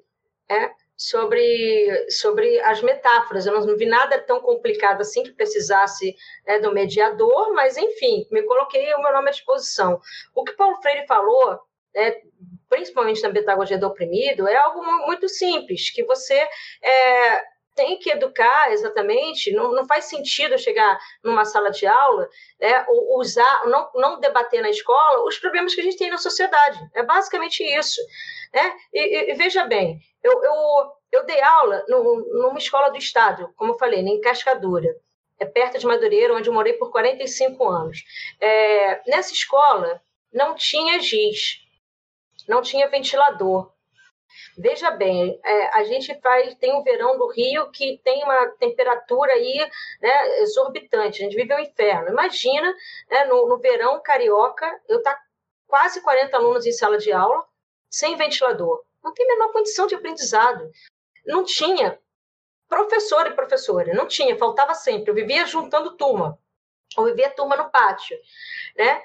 sobre as metáforas. Eu não vi nada tão complicado assim que precisasse do mediador, mas, enfim, me coloquei o meu nome à disposição. O que Paulo Freire falou, principalmente na pedagogia do oprimido, é algo muito simples, que você tem que educar exatamente. Não faz sentido chegar numa sala de aula, não debater na escola os problemas que a gente tem na sociedade. É basicamente isso. E veja bem, eu dei aula numa escola do Estado, como eu falei, em Cascadura, perto de Madureira, onde eu morei por 45 anos. Nessa escola não tinha giz, não tinha ventilador. Veja bem, a gente tem um verão do Rio que tem uma temperatura aí, né, exorbitante, a gente vive um inferno. Imagina, no verão carioca, eu estar quase 40 alunos em sala de aula, sem ventilador. Não tem a menor condição de aprendizado. Não tinha professor e professora, não tinha, faltava sempre. Eu vivia juntando turma, ou vivia turma no pátio, né?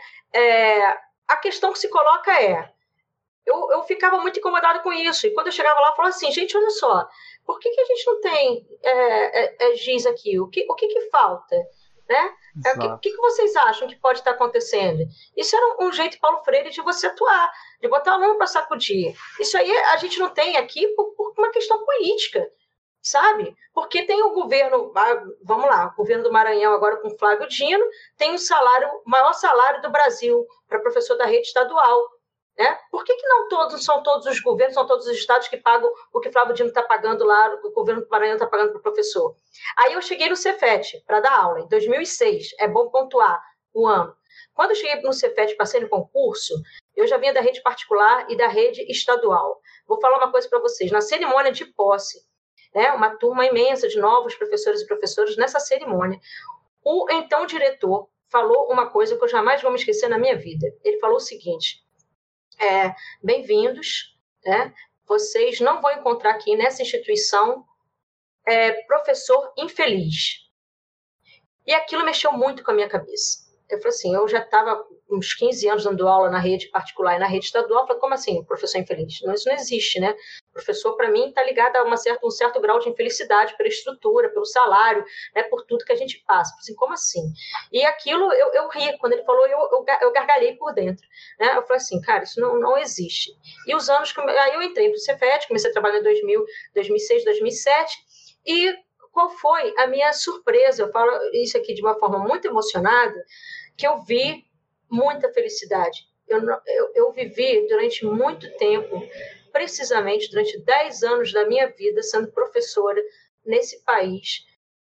A questão que se coloca é, eu ficava muito incomodada com isso, e quando eu chegava lá, eu falava assim, gente, olha só, por que a gente não tem giz aqui? O que falta? Né? O que vocês acham que pode estar acontecendo? Isso era um jeito, Paulo Freire, de você atuar, de botar a mão para sacudir. Isso aí a gente não tem aqui por uma questão política, sabe? Porque tem o governo, vamos lá, o governo do Maranhão agora com Flávio Dino, tem o maior salário do Brasil para professor da rede estadual. Né? Por que não são todos os governos, são todos os estados que pagam o que Flávio Dino está pagando lá, o governo do Maranhão está pagando para o professor? Aí eu cheguei no Cefet para dar aula, em 2006, é bom pontuar o ano. Quando eu cheguei no Cefet, passei no concurso, eu já vinha da rede particular e da rede estadual. Vou falar uma coisa para vocês, na cerimônia de posse, né, uma turma imensa de novos professores e professoras, nessa cerimônia, o então diretor falou uma coisa que eu jamais vou me esquecer na minha vida. Ele falou o seguinte, bem-vindos, né? Vocês não vão encontrar aqui nessa instituição professor infeliz. E aquilo mexeu muito com a minha cabeça. Eu falei assim, eu já estava uns 15 anos dando aula na rede particular e na rede estadual, eu falei, como assim, professor infeliz? Não, isso não existe, né? O professor, para mim, está ligado a um certo grau de infelicidade pela estrutura, pelo salário, né, por tudo que a gente passa. Assim, como assim? E aquilo, eu ri, quando ele falou, eu gargalhei por dentro. Né? Eu falei assim, cara, isso não existe. E os anos, aí eu entrei para o Cefet, comecei a trabalhar em 2000, 2006, 2007, e qual foi a minha surpresa? Eu falo isso aqui de uma forma muito emocionada, que eu vi muita felicidade. Eu vivi durante muito tempo, precisamente durante 10 anos da minha vida, sendo professora nesse país.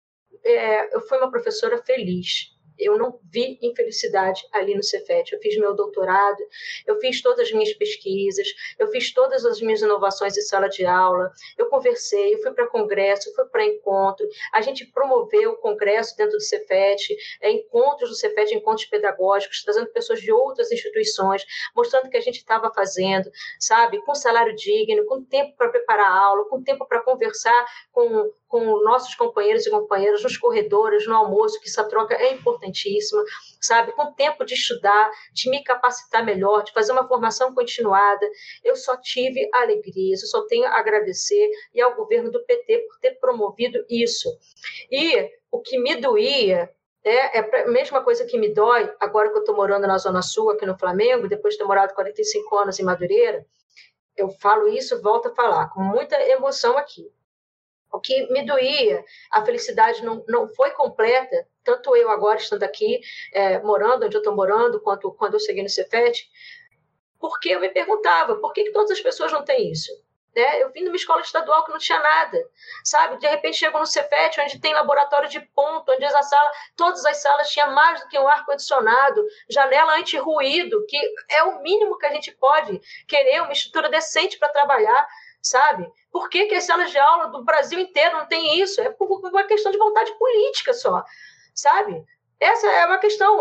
Eu fui uma professora feliz. Eu não vi infelicidade ali no Cefet. Eu fiz meu doutorado, eu fiz todas as minhas pesquisas, eu fiz todas as minhas inovações em sala de aula, eu conversei, eu fui para congresso, eu fui para encontro, a gente promoveu o congresso dentro do Cefet, encontros do Cefet, encontros pedagógicos, trazendo pessoas de outras instituições, mostrando o que a gente estava fazendo, sabe, com salário digno, com tempo para preparar a aula, com tempo para conversar com nossos companheiros e companheiras nos corredores, no almoço, que essa troca é importantíssima, sabe? Com tempo de estudar, de me capacitar melhor, de fazer uma formação continuada. Eu só tive alegria, eu só tenho a agradecer e ao governo do PT por ter promovido isso. E o que me doía, é a mesma coisa que me dói, agora que eu estou morando na Zona Sul, aqui no Flamengo, depois de ter morado 45 anos em Madureira, eu falo isso, volto a falar, com muita emoção aqui. O que me doía, a felicidade não foi completa, tanto eu agora estando aqui, morando onde eu estou morando, quanto quando eu cheguei no Cefet, porque eu me perguntava, por que todas as pessoas não têm isso? Eu vim de uma escola estadual que não tinha nada, sabe? De repente chego no Cefet, onde tem laboratório de ponto, onde todas as salas tinham mais do que um ar-condicionado, janela anti-ruído, que é o mínimo que a gente pode querer, uma estrutura decente para trabalhar, sabe? Por que as salas de aula do Brasil inteiro não tem isso? É por uma questão de vontade política só, sabe? Essa é uma questão.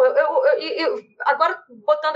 Agora, botando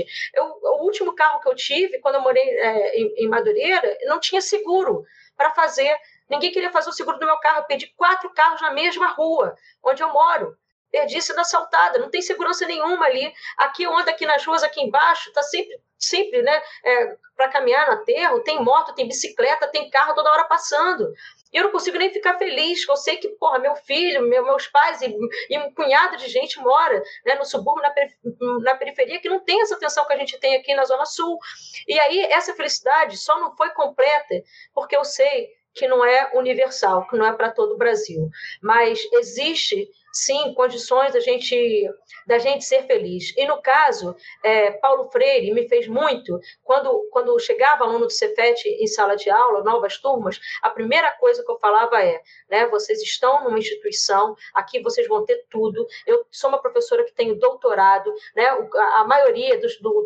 o último carro que eu tive, quando eu morei em Madureira, não tinha seguro para fazer. Ninguém queria fazer o seguro do meu carro. Eu perdi 4 carros na mesma rua onde eu moro. Perdi sendo assaltada, não tem segurança nenhuma ali. Aqui eu ando aqui nas ruas, aqui embaixo, está sempre, né, para caminhar no aterro, tem moto, tem bicicleta, tem carro toda hora passando. E eu não consigo nem ficar feliz, que eu sei que, porra, meu filho, meus pais e um punhado de gente mora, né, no subúrbio, na periferia, que não tem essa atenção que a gente tem aqui na Zona Sul. E aí, essa felicidade só não foi completa porque eu sei que não é universal, que não é para todo o Brasil. Mas existe, sim, condições da gente ser feliz. E, no caso, Paulo Freire me fez muito, quando chegava aluno do Cefet em sala de aula, novas turmas, a primeira coisa que eu falava né, vocês estão numa instituição, aqui vocês vão ter tudo. Eu sou uma professora que tenho doutorado, né, a maioria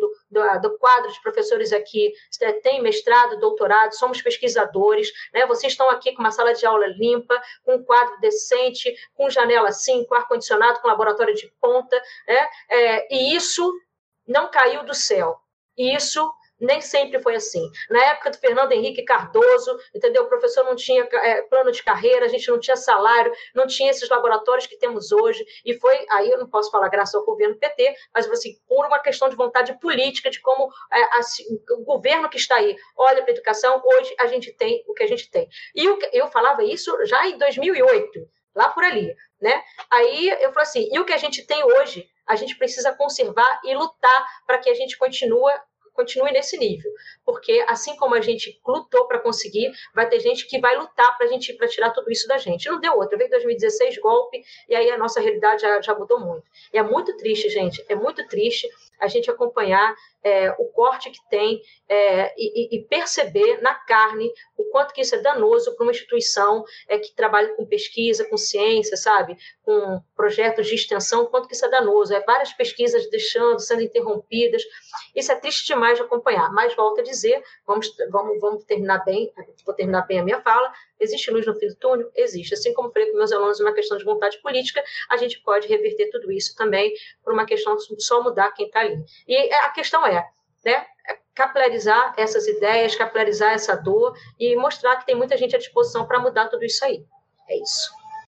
do quadro de professores aqui tem mestrado, doutorado, somos pesquisadores, né, vocês estão aqui com uma sala de aula limpa, com um quadro decente, com janela assim, com ar-condicionado, com laboratório de ponta, né? E isso não caiu do céu. Isso Nem sempre foi assim. Na época do Fernando Henrique Cardoso, entendeu? O professor não tinha plano de carreira, a gente não tinha salário, não tinha esses laboratórios que temos hoje, e foi, aí eu não posso falar graças ao governo PT, mas assim, por uma questão de vontade política, de como assim, o governo que está aí olha para a educação, hoje a gente tem o que a gente tem. E eu falava isso já em 2008, lá por ali, né? Aí eu falo assim, e o que a gente tem hoje, a gente precisa conservar e lutar para que a gente continue nesse nível, porque assim como a gente lutou para conseguir, vai ter gente que vai lutar para tirar tudo isso da gente. Não deu outra, veio 2016, golpe, e aí a nossa realidade já mudou muito. E é muito triste, gente, é muito triste a gente acompanhar o corte que tem e perceber na carne o quanto que isso é danoso para uma instituição que trabalha com pesquisa, com ciência, sabe? Com projetos de extensão, o quanto que isso é danoso. Várias pesquisas sendo interrompidas. Isso é triste demais de acompanhar. Mas, volto a dizer, vamos terminar bem, vou terminar bem a minha fala, existe luz no fim do túnel? Existe. Assim como falei com meus alunos, uma questão de vontade política, a gente pode reverter tudo isso também por uma questão de só mudar quem está ali. E a questão né, capilarizar essas ideias, capilarizar essa dor e mostrar que tem muita gente à disposição para mudar tudo isso aí. É isso.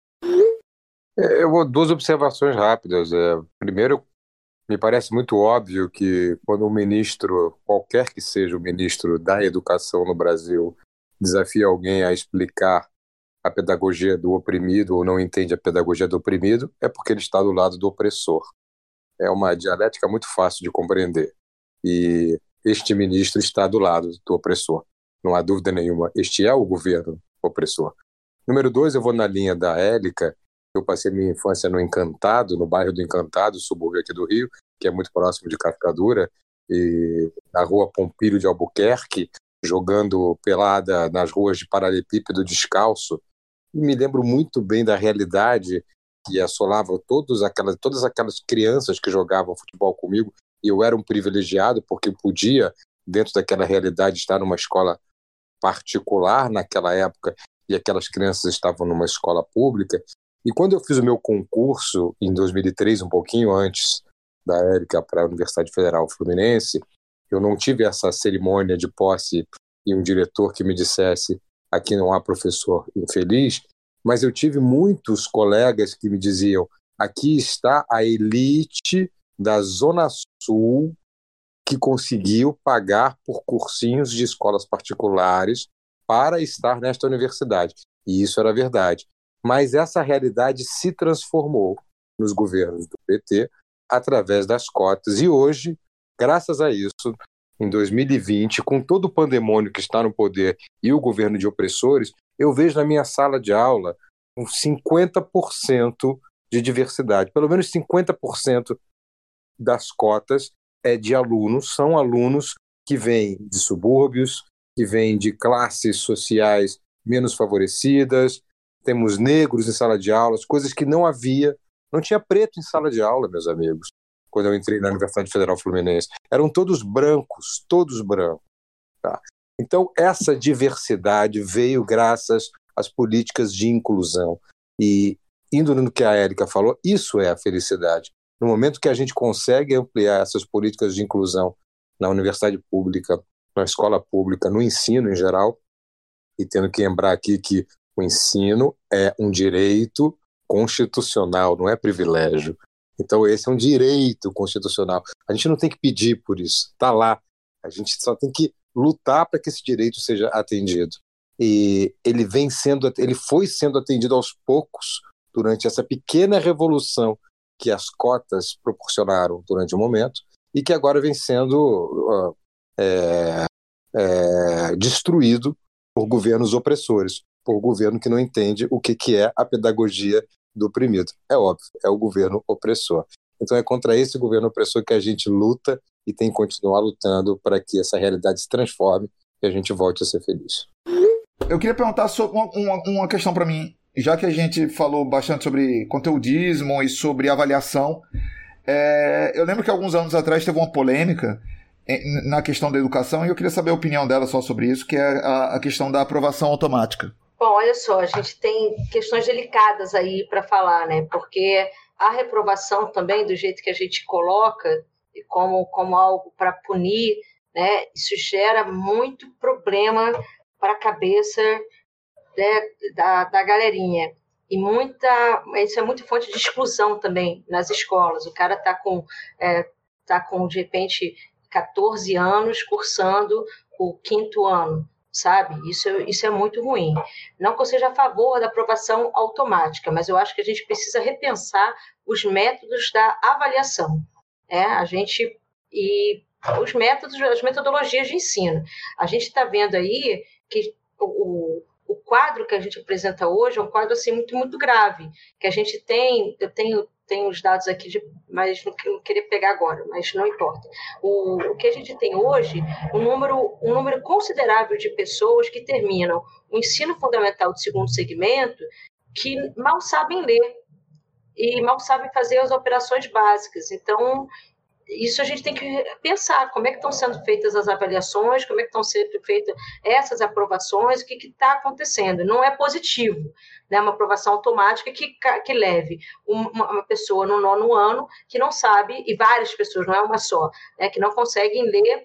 Eu vou 2 observações rápidas. Primeiro, me parece muito óbvio que quando um ministro, qualquer que seja o ministro da educação no Brasil, desafia alguém a explicar a pedagogia do oprimido ou não entende a pedagogia do oprimido, é porque ele está do lado do opressor. É uma dialética muito fácil de compreender. E este ministro está do lado do opressor. Não há dúvida nenhuma. Este é o governo opressor. Número 2, eu vou na linha da Élica. Eu passei minha infância no Encantado, no bairro do Encantado, subúrbio aqui do Rio, que é muito próximo de Cascadura, e na rua Pompílio de Albuquerque, jogando pelada nas ruas de paralelepípedo descalço. E me lembro muito bem da realidade que assolava todas aquelas crianças que jogavam futebol comigo, e eu era um privilegiado porque podia, dentro daquela realidade, estar numa escola particular naquela época, e aquelas crianças estavam numa escola pública. E quando eu fiz o meu concurso, em 2003, um pouquinho antes da Élica para a Universidade Federal Fluminense, eu não tive essa cerimônia de posse e um diretor que me dissesse: aqui não há professor infeliz, mas eu tive muitos colegas que me diziam: aqui está a elite da Zona Sul que conseguiu pagar por cursinhos de escolas particulares para estar nesta universidade. E isso era verdade. Mas essa realidade se transformou nos governos do PT através das cotas. E hoje, graças a isso, em 2020, com todo o pandemônio que está no poder e o governo de opressores, eu vejo na minha sala de aula uns 50% de diversidade. Pelo menos 50% das cotas de alunos são alunos que vêm de subúrbios, que vêm de classes sociais menos favorecidas. Temos negros em sala de aula, coisas que não havia. Não tinha preto em sala de aula, meus amigos, quando eu entrei na Universidade Federal Fluminense. Eram todos brancos, tá? Então, essa diversidade veio graças às políticas de inclusão. E, indo no que a Élica falou, isso é a felicidade. No momento que a gente consegue ampliar essas políticas de inclusão na universidade pública, na escola pública, no ensino em geral, e tendo que lembrar aqui que o ensino é um direito constitucional, não é privilégio. Então esse é um direito constitucional. A gente não tem que pedir por isso, está lá. A gente só tem que lutar para que esse direito seja atendido. E ele foi sendo atendido aos poucos durante essa pequena revolução que as cotas proporcionaram durante o momento e que agora vem sendo destruído por governos opressores, por governo que não entende o que é a pedagogia do oprimido. É óbvio, é o governo opressor. Então é contra esse governo opressor que a gente luta e tem que continuar lutando para que essa realidade se transforme e a gente volte a ser feliz. Eu queria perguntar sobre uma questão para mim, já que a gente falou bastante sobre conteudismo e sobre avaliação. Eu lembro que alguns anos atrás teve uma polêmica na questão da educação e eu queria saber a opinião dela só sobre isso, que é a questão da aprovação automática. Bom, olha só, a gente tem questões delicadas aí para falar, né? Porque a reprovação também, do jeito que a gente coloca, como algo para punir né? Isso gera muito problema para a cabeça, né, da galerinha. E isso é muito fonte de exclusão também nas escolas. O cara está com, de repente, 14 anos cursando o 5º ano, sabe? Isso é muito ruim. Não que eu seja a favor da aprovação automática, mas eu acho que a gente precisa repensar os métodos da avaliação. Os métodos, as metodologias de ensino. A gente está vendo aí que o quadro que a gente apresenta hoje é um quadro assim, muito, muito grave, que a gente tem, eu tenho os dados aqui, mas não queria pegar agora, mas não importa. O que a gente tem hoje, um número considerável de pessoas que terminam o ensino fundamental de 2º segmento que mal sabem ler e mal sabem fazer as operações básicas. Então, isso a gente tem que pensar, como é que estão sendo feitas as avaliações, como é que estão sendo feitas essas aprovações, o que está acontecendo. Não é positivo, né, uma aprovação automática que leve uma pessoa no 9º ano que não sabe, e várias pessoas, não é uma só, né, que não conseguem ler,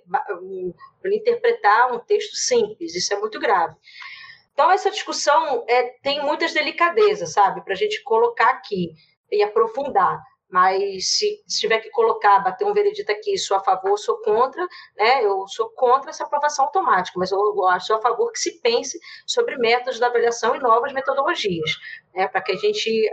interpretar um texto simples. Isso é muito grave. Então, essa discussão tem muitas delicadezas, sabe, para a gente colocar aqui e aprofundar. Mas se tiver que bater um veredito aqui, sou a favor, sou contra, né? Eu sou contra essa aprovação automática, mas eu sou a favor que se pense sobre métodos de avaliação e novas metodologias, né? Para que a gente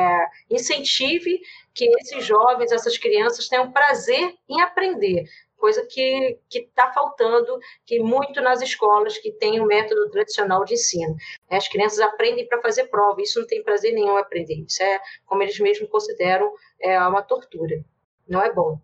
incentive que esses jovens, essas crianças tenham prazer em aprender, coisa que está faltando que muito nas escolas que têm o método tradicional de ensino. As crianças aprendem para fazer prova, isso não tem prazer nenhum aprender, isso é, como eles mesmos consideram, uma tortura, não é bom.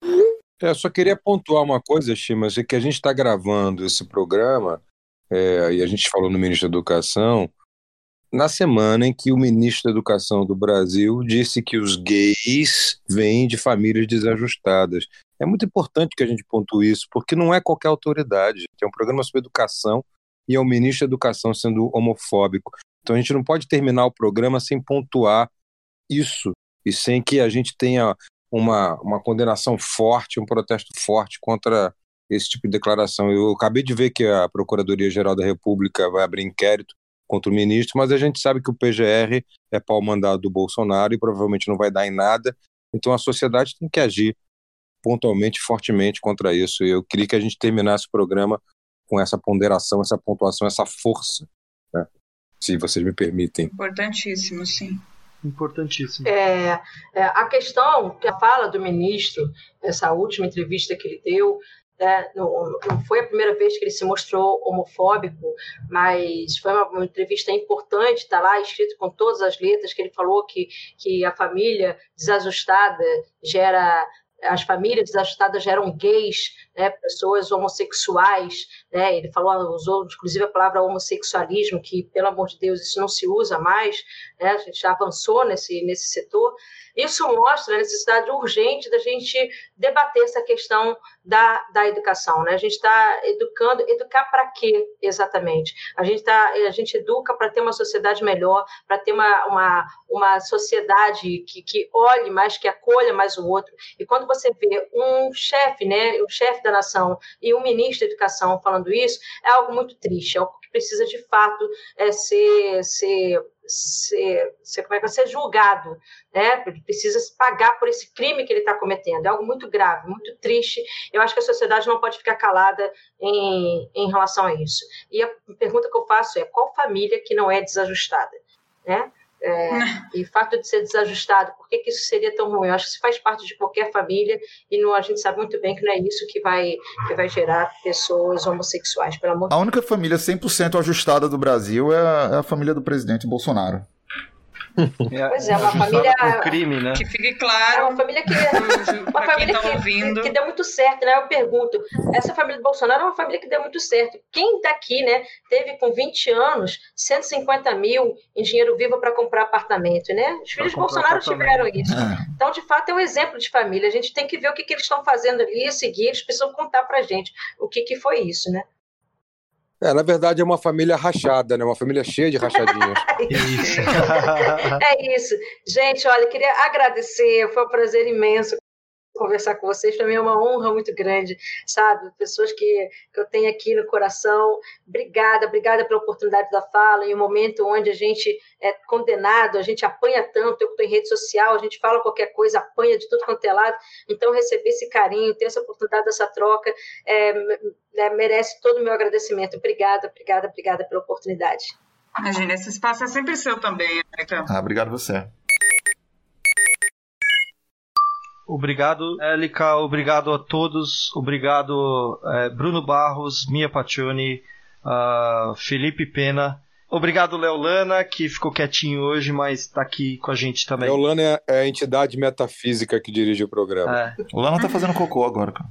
Eu só queria pontuar uma coisa, Chimas, é que a gente está gravando esse programa, e a gente falou no ministro da Educação, na semana em que o ministro da Educação do Brasil disse que os gays vêm de famílias desajustadas. É muito importante que a gente pontue isso, porque não é qualquer autoridade. É um programa sobre educação e é o ministro da Educação sendo homofóbico. Então a gente não pode terminar o programa sem pontuar isso e sem que a gente tenha uma condenação forte, um protesto forte contra esse tipo de declaração. Eu acabei de ver que a Procuradoria-Geral da República vai abrir inquérito contra o ministro, mas a gente sabe que o PGR é pau-mandado do Bolsonaro e provavelmente não vai dar em nada. Então a sociedade tem que agir pontualmente, fortemente contra isso. E eu queria que a gente terminasse o programa com essa ponderação, essa pontuação, essa força, né? Se vocês me permitem. Importantíssimo, sim. Importantíssimo. A questão que a fala do ministro, essa última entrevista que ele deu, não foi a primeira vez que ele se mostrou homofóbico, mas foi uma entrevista importante, está lá escrito com todas as letras, que ele falou que a família desajustada as famílias desajustadas geram gays, né, pessoas homossexuais, né, ele usou inclusive a palavra homossexualismo, que, pelo amor de Deus, isso não se usa mais, né, a gente já avançou nesse setor. Isso mostra a necessidade urgente da gente debater essa questão da educação, né? A gente está educar para quê, exatamente? A gente educa para ter uma sociedade melhor, para ter uma sociedade que olhe mais, que acolha mais o outro. E quando você vê um chefe, né, o chefe da nação e um ministro da educação falando isso, é algo muito triste, é algo que precisa, de fato, ser julgado, né? Ele precisa pagar por esse crime que ele está cometendo. É algo muito grave, muito triste. Eu acho que a sociedade não pode ficar calada em relação a isso. E a pergunta que eu faço é: qual família que não é desajustada, né? E o fato de ser desajustado, por que isso seria tão ruim? Eu acho que isso faz parte de qualquer família e a gente sabe muito bem que não é isso que vai gerar pessoas homossexuais, pelo amor de Deus. A única família 100% ajustada do Brasil é a família do presidente Bolsonaro. Pois é, uma família com crime, né? Que fique claro. É uma família que deu muito certo, né? Eu pergunto, essa família do Bolsonaro é uma família que deu muito certo. Quem daqui, né, teve com 20 anos 150 mil em dinheiro vivo para comprar apartamento, né? Os filhos de Bolsonaro tiveram isso. Então, de fato, é um exemplo de família. A gente tem que ver o que eles estão fazendo ali, seguir, eles precisam contar pra gente o que foi isso, né? Na verdade, é uma família rachada, né? Uma família cheia de rachadinhas. É isso. Gente, olha, queria agradecer, foi um prazer imenso conversar com vocês, para mim é uma honra muito grande, sabe? Pessoas que eu tenho aqui no coração. Obrigada pela oportunidade da fala, em um momento onde a gente é condenado, a gente apanha tanto, eu que estou em rede social, a gente fala qualquer coisa, apanha de tudo quanto é lado, então receber esse carinho, ter essa oportunidade dessa troca, merece todo o meu agradecimento. Obrigada pela oportunidade. Imagina, esse espaço é sempre seu também, Érica. Obrigado você. Obrigado, Élica. Obrigado a todos. Obrigado, Bruno Barros, Mia Paccioni, Felipe Pena. Obrigado, Leolana, que ficou quietinho hoje, mas está aqui com a gente também. Leolana é a entidade metafísica que dirige o programa. O Lana tá fazendo cocô agora, cara.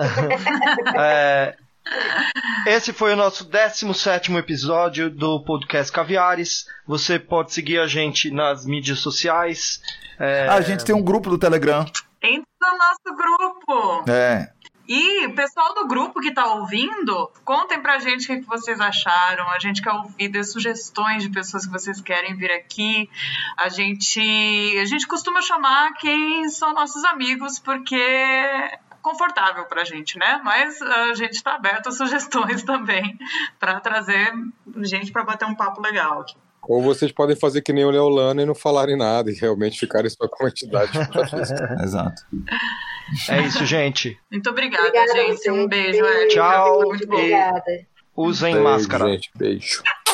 Esse foi o nosso 17º episódio do podcast Caviares. Você pode seguir a gente nas mídias sociais. A gente tem um grupo do Telegram. Entra no nosso grupo. E o pessoal do grupo que tá ouvindo, contem pra gente o que vocês acharam. A gente quer ouvir, dê sugestões de pessoas que vocês querem vir aqui. A gente costuma chamar quem são nossos amigos, porque é confortável pra gente, né? Mas a gente tá aberto a sugestões também, pra trazer gente pra bater um papo legal aqui. Ou vocês podem fazer que nem o Leolana e não falarem nada e realmente ficarem só com a entidade. Exato. É isso, gente. Muito obrigada, gente. Um beijo, Érica. Tchau. Muito obrigada. Usem máscara. Gente, beijo.